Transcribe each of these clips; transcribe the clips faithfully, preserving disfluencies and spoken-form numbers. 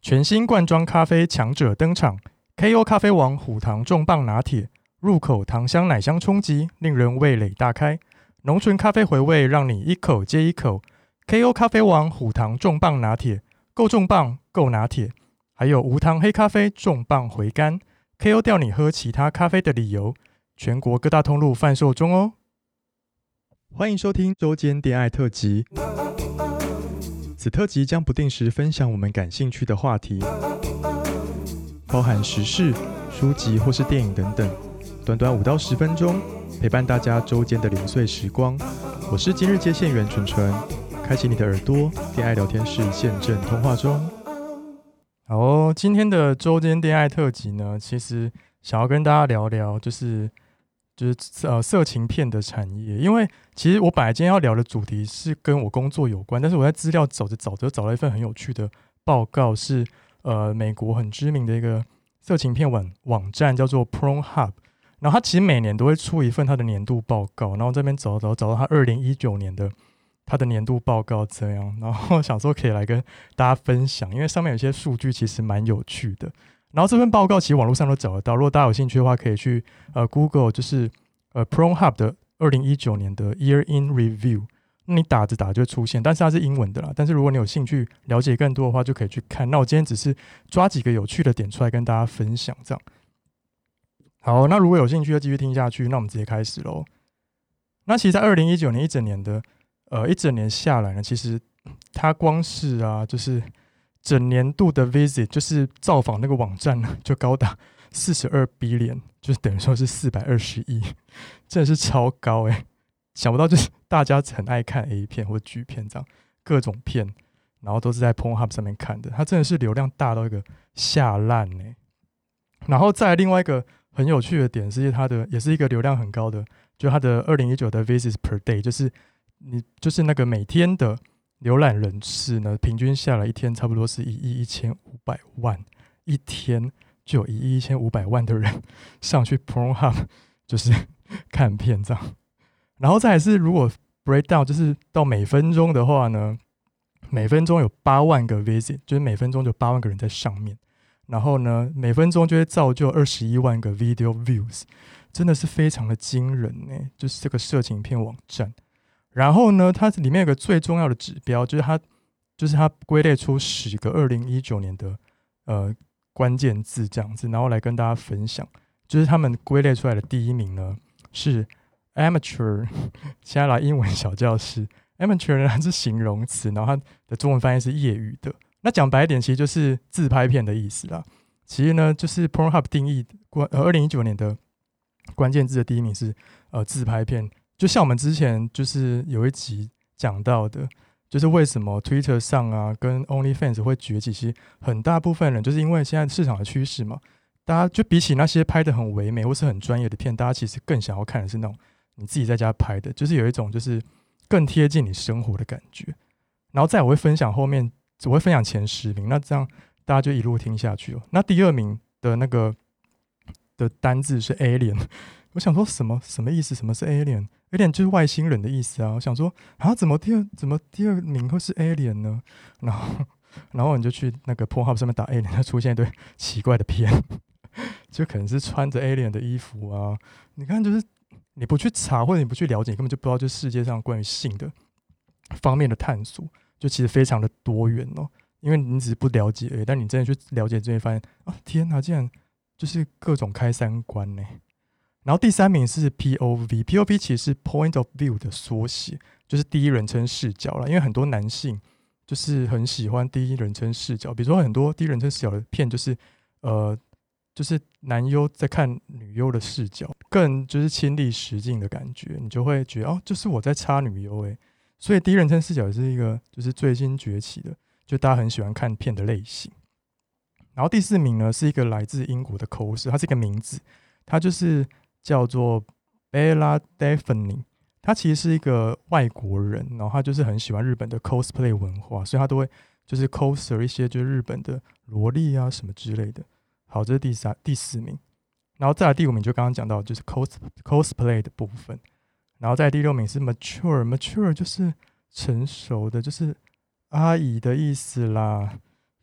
全新罐装咖啡强者登场 ，K O 咖啡王虎糖重磅拿铁，入口糖香奶香冲击，令人味蕾大开。浓醇咖啡回味，让你一口接一口。K O 咖啡王虎糖重磅拿铁，够重磅，够拿铁。还有无糖黑咖啡重磅回甘 ，K O 掉你喝其他咖啡的理由。全国各大通路贩售中哦。欢迎收听周间恋爱特辑。此特辑将不定时分享我们感兴趣的话题，包含时事、书籍或是电影等等，短短五到十分钟，陪伴大家周间的零碎时光。我是今日接线员纯纯，开启你的耳朵，恋爱聊天室现正通话中。好哦，今天的周间恋爱特辑呢，其实想要跟大家聊聊，就是就是呃色情片的产业，因为其实我本来今天要聊的主题是跟我工作有关，但是我在资料找着找着找到一份很有趣的报告，是呃美国很知名的一个色情片网网站叫做 Pornhub， 然后它其实每年都会出一份它的年度报告，然后这边找找找到它二零一九年的它的年度报告这样，然后想说可以来跟大家分享，因为上面有些数据其实蛮有趣的。然后这份报告其实网络上都找得到，如果大家有兴趣的话，可以去呃 Google， 就是呃 Pornhub 的二零一九年的 Year in Review， 那你打着打就会出现，但是它是英文的啦。但是如果你有兴趣了解更多的话，就可以去看。那我今天只是抓几个有趣的点出来跟大家分享，这样。好，那如果有兴趣就继续听下去，那我们直接开始喽。那其实，在二零一九年一整年的呃一整年下来呢，其实它光是啊，就是整年度的 visit 就是造访那个网站呢，就高达四十二 billion， 就是等于说是四百二十亿，真的是超高哎、欸！想不到就是大家很爱看 A 片或 G 片这样各种片，然后都是在 Pornhub 上面看的，它真的是流量大到一个下烂哎、欸。然后再来另外一个很有趣的点是它的也是一个流量很高的，就它的二零一九的 visits per day， 就是你就是那个每天的浏览人次呢，平均下来一天差不多是一亿一千五百万，一天就有一亿一千五百万的人上去 Pornhub 就是看片这样。然后再来是如果 breakdown 就是到每分钟的话呢，每分钟有八万个 visit， 就是每分钟就八万个人在上面。然后呢，每分钟就会造就二十一万个 video views， 真的是非常的惊人欸，就是这个色情片网站。然后呢，它里面有个最重要的指标，就是它就是它归类出十个二零一九年的呃关键字这样子，然后来跟大家分享。就是他们归类出来的第一名呢是 amateur， 现在来英文小教室 ，amateur 呢它是形容词，然后它的中文翻译是业余的。那讲白一点，其实就是自拍片的意思啦。其实呢，就是 Pornhub 定义呃二零一九年的关键字的第一名是呃自拍片。就像我们之前就是有一集讲到的，就是为什么 Twitter 上啊跟 OnlyFans 会崛起，其实很大部分人就是因为现在市场的趋势嘛，大家就比起那些拍得很唯美或是很专业的片，大家其实更想要看的是那种你自己在家拍的，就是有一种就是更贴近你生活的感觉。然后再我会分享后面，我会分享前十名，那这样大家就一路听下去哦。那第二名的那个的单字是 alien， 我想说什么什么意思？什么是 alien？alien 就是外星人的意思啊！我想说啊，怎么第二怎么第二名会是 alien 呢？然后然后你就去那个 Pornhub 上面打 alien， 它出现一堆奇怪的片，就可能是穿着 alien 的衣服啊。你看，就是你不去查或者你不去了解，你根本就不知道这世界上关于性的方面的探索，就其实非常的多元哦。因为你只是不了解而已，但你真的去了解之后，发现啊，天哪，竟然就是各种开三观呢。然后第三名是 P O V，P O V 其实是 Point of View 的缩写，就是第一人称视角啦。因为很多男性就是很喜欢第一人称视角，比如说很多第一人称视角的片，就是呃，就是男优在看女优的视角，更就是亲历实境的感觉，你就会觉得哦，就是我在插女优诶。所以第一人称视角也是一个就是最新崛起的，就大家很喜欢看片的类型。然后第四名呢是一个来自英国的口试，它是一个名字，它就是叫做 Bella Daphne， 他其实是一个外国人，然后他就是很喜欢日本的 cosplay 文化，所以他都会就是 coser 一些就是日本的萝莉啊什么之类的。好，这是第三第四名，然后再来第五名就刚刚讲到就是 cos cosplay 的部分，然后再来第六名是 mature mature 就是成熟的，就是阿姨的意思啦。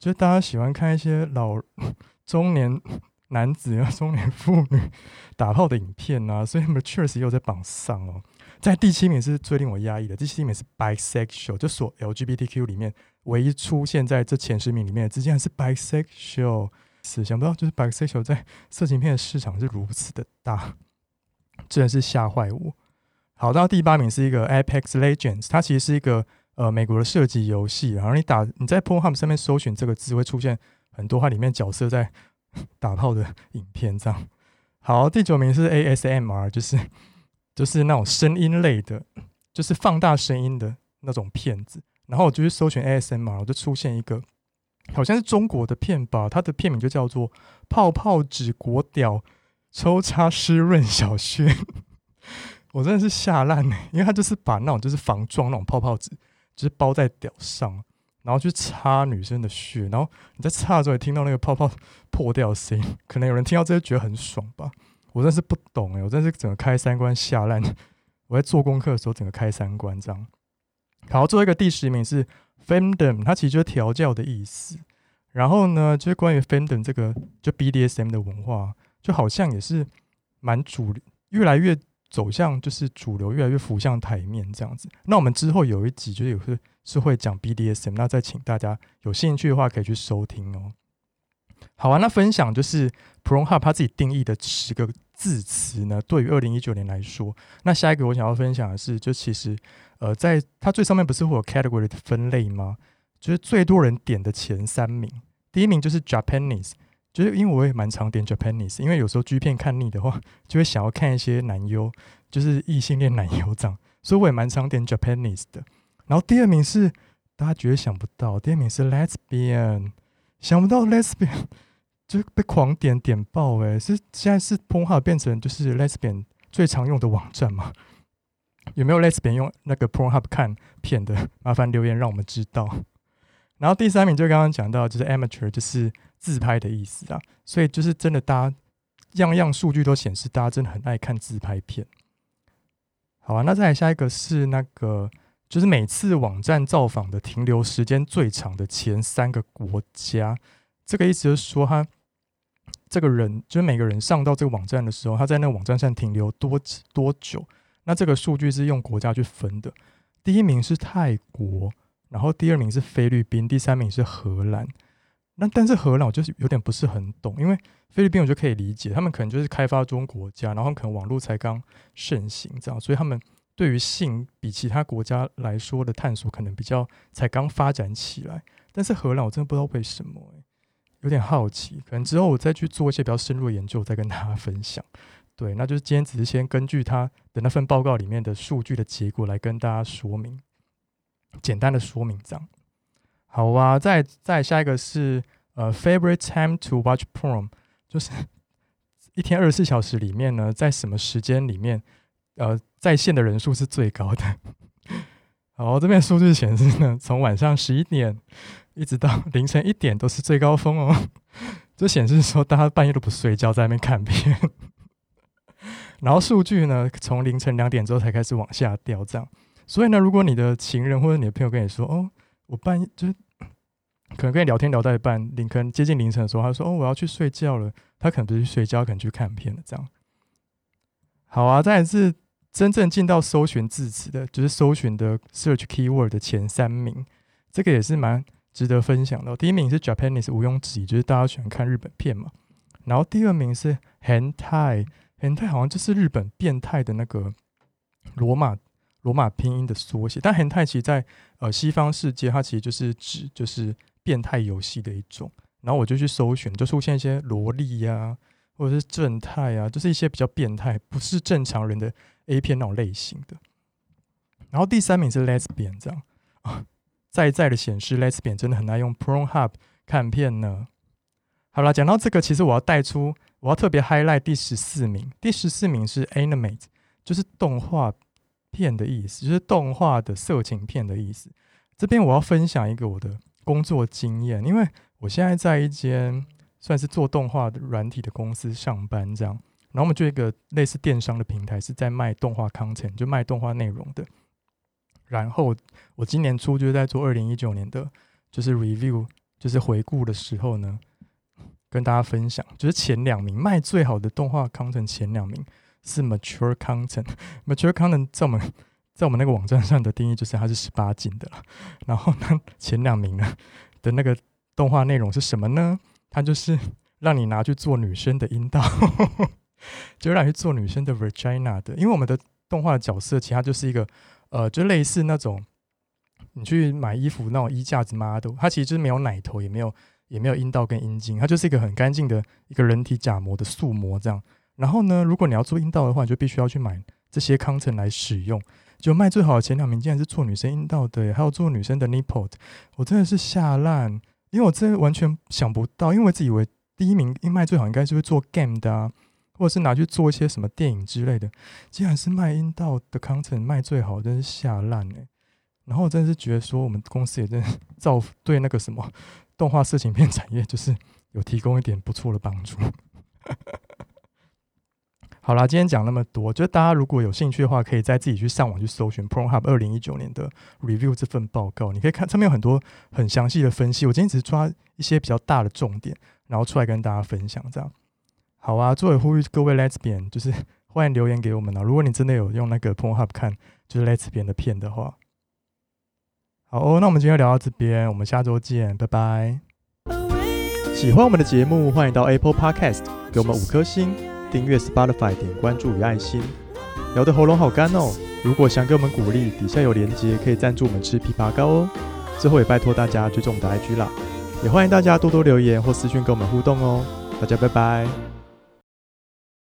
就是大家喜欢看一些老中年男子啊、中年妇女打炮的影片啊，所以 Mature 也有在榜上哦。在第七名是最令我压抑的，第七名是 bisexual， 就所 L G B T Q 里面唯一出现在这前十名里面的，之间还是 bisexual。是想不到，就是 bisexual 在色情片的市场是如此的大，真的是吓坏我。好，到第八名是一个 Apex Legends， 它其实是一个呃美国的射击游戏，然后你打你在 Pornhub 上面搜寻这个字，会出现很多它里面角色在打炮的影片这样。好，第九名是 A S M R， 就是就是那种声音类的，就是放大声音的那种片子。然后我就去搜寻 A S M R， 我就出现一个好像是中国的片吧，它的片名就叫做《泡泡纸裹屌抽插湿润小穴》。我真的是吓烂欸，因为他就是把那种就是防撞那种泡泡纸，就是包在屌上，然后去插女生的穴，然后你在插的时候也听到那个泡泡破掉的声音，可能有人听到这些觉得很爽吧。我真的是不懂欸，我真的是整个开三观吓烂。我在做功课的时候整个开三观这样。好，最后一个第十名是 Femdom， 它其实就是调教的意思。然后呢，就是关于 Femdom 这个就 B D S M 的文化，就好像也是蛮主越来越走向就是主流，越来越浮向台面这样子。那我们之后有一集就是有是是会讲 B D S M， 那再请大家有兴趣的话可以去收听哦。好啊，那分享就是 Pornhub 他自己定义的十个字词呢，对于二零一九年来说，那下一个我想要分享的是，就其实呃，在它最上面不是会有 category 的分类吗？就是最多人点的前三名，第一名就是 Japanese。就是因为我也蛮常点 Japanese， 因为有时候 G 片看腻的话，就会想要看一些男优，就是异性恋男优这样，所以我也蛮常点 Japanese 的。然后第二名是大家绝对想不到，第二名是 Lesbian， 想不到 Lesbian 就被狂点点爆哎、欸，是现在是 Pornhub 变成就是 Lesbian 最常用的网站吗？有没有 Lesbian 用那个 Pornhub 看片的？麻烦留言让我们知道。然后第三名就刚刚讲到，就是 Amateur， 就是自拍的意思啊，所以就是真的，大家样样数据都显示，大家真的很爱看自拍片。好啊，那再来下一个是那个，就是每次网站造访的停留时间最长的前三个国家。这个意思就是说，他这个人就是每个人上到这个网站的时候，他在那个网站上停留多多久？那这个数据是用国家去分的。第一名是泰国。然后第二名是菲律宾，第三名是荷兰。那但是荷兰我就是有点不是很懂，因为菲律宾我就可以理解，他们可能就是开发中国家，然后可能网络才刚盛行这样，所以他们对于性比其他国家来说的探索可能比较才刚发展起来。但是荷兰我真的不知道为什么、欸，有点好奇，可能之后我再去做一些比较深入的研究，再跟大家分享。对，那就是今天只是先根据他的那份报告里面的数据的结果来跟大家说明。简单的说明这样，好啊。再再下一个是呃 favorite time to watch porn， 就是一天二十四小时里面呢，在什么时间里面，呃在线的人数是最高的。好，这边数据显示呢，从晚上十一点一直到凌晨一点都是最高峰哦。就显示说大家半夜都不睡觉，在那边看片。然后数据呢，从凌晨两点之后才开始往下掉这样。所以呢，如果你的情人或者你的朋友跟你说，哦，我半夜就是可能跟你聊天聊到一半，可能接近凌晨的时候，他说，哦，我要去睡觉了，他可能不是去睡觉，可能去看片了，这样。好啊，再来是真正进到搜寻字词的，就是搜寻的 search keyword 的前三名，这个也是蛮值得分享的、哦。第一名是 Japanese， 毋庸置疑，就是大家喜欢看日本片嘛。然后第二名是 hentai，hentai 好像就是日本变态的那个罗马。罗马拼音的缩写，但 hentai 其实在呃西方世界，它其实就是指就是变态游戏的一种。然后我就去搜寻，就出现一些萝莉呀、啊，或者是正太啊，就是一些比较变态，不是正常人的 A 片那种类型的。然后第三名是 lesbian， 这样啊，再再的显示 lesbian 真的很爱用 Pornhub 看片呢。好啦，讲到这个，其实我要带出，我要特别 highlight 第十四名，第十四名是 animate， 就是动画片的意思，就是动画的色情片的意思。这边我要分享一个我的工作经验，因为我现在在一间算是做动画的软体的公司上班，这样。然后我们就一个类似电商的平台，是在卖动画 content， 就卖动画内容的。然后我今年初就是在做二零一九年的，就是 review 就是回顾的时候呢，跟大家分享，就是前两名卖最好的动画 content 前两名是 mature content。mature content 在我们在我们那个网站上的定义就是它是十八禁的啦。然后呢，前两名呢的那个动画内容是什么呢？它就是让你拿去做女生的阴道，就让你去做女生的 vagina 的。因为我们的动画的角色其实它就是一个呃，就类似那种你去买衣服那种衣架子 model， 它其实就是没有奶头，也没有也没有阴道跟阴茎，它就是一个很干净的一个人体假模的塑模这样。然后呢，如果你要做阴道的话，你就必须要去买这些 content 来使用。就卖最好的前两名竟然是做女生阴道的，还有做女生的 nipple， 我真的是吓烂，因为我真的完全想不到，因为我一直以为第一名卖最好应该是会做 game 的啊，或者是拿去做一些什么电影之类的，竟然是卖阴道的 content 卖最好，真是吓烂哎。然后我真的是觉得说，我们公司也真的造对那个什么动画色情片产业，就是有提供一点不错的帮助。好啦，今天讲那么多，就大家如果有兴趣的话，可以再自己去上网去搜寻 Pornhub 二零一九年的 review 这份报告，你可以看上面有很多很详细的分析。我今天只是抓一些比较大的重点，然后出来跟大家分享这样。好啊，作为呼吁各位 Lesbian， 就是欢迎留言给我们啊。如果你真的有用那个 Pornhub 看就是 Lesbian 的片的话，好哦，那我们今天就聊到这边，我们下周见，拜拜。喜欢我们的节目，欢迎到 Apple Podcast 给我们五颗星。订阅 Spotify 点关注与爱心。聊得喉咙好干哦，如果想给我们鼓励，底下有连结可以赞助我们吃枇杷膏哦。之后也拜托大家追踪我们的 I G 啦，也欢迎大家多多留言或私讯跟我们互动哦。大家拜拜。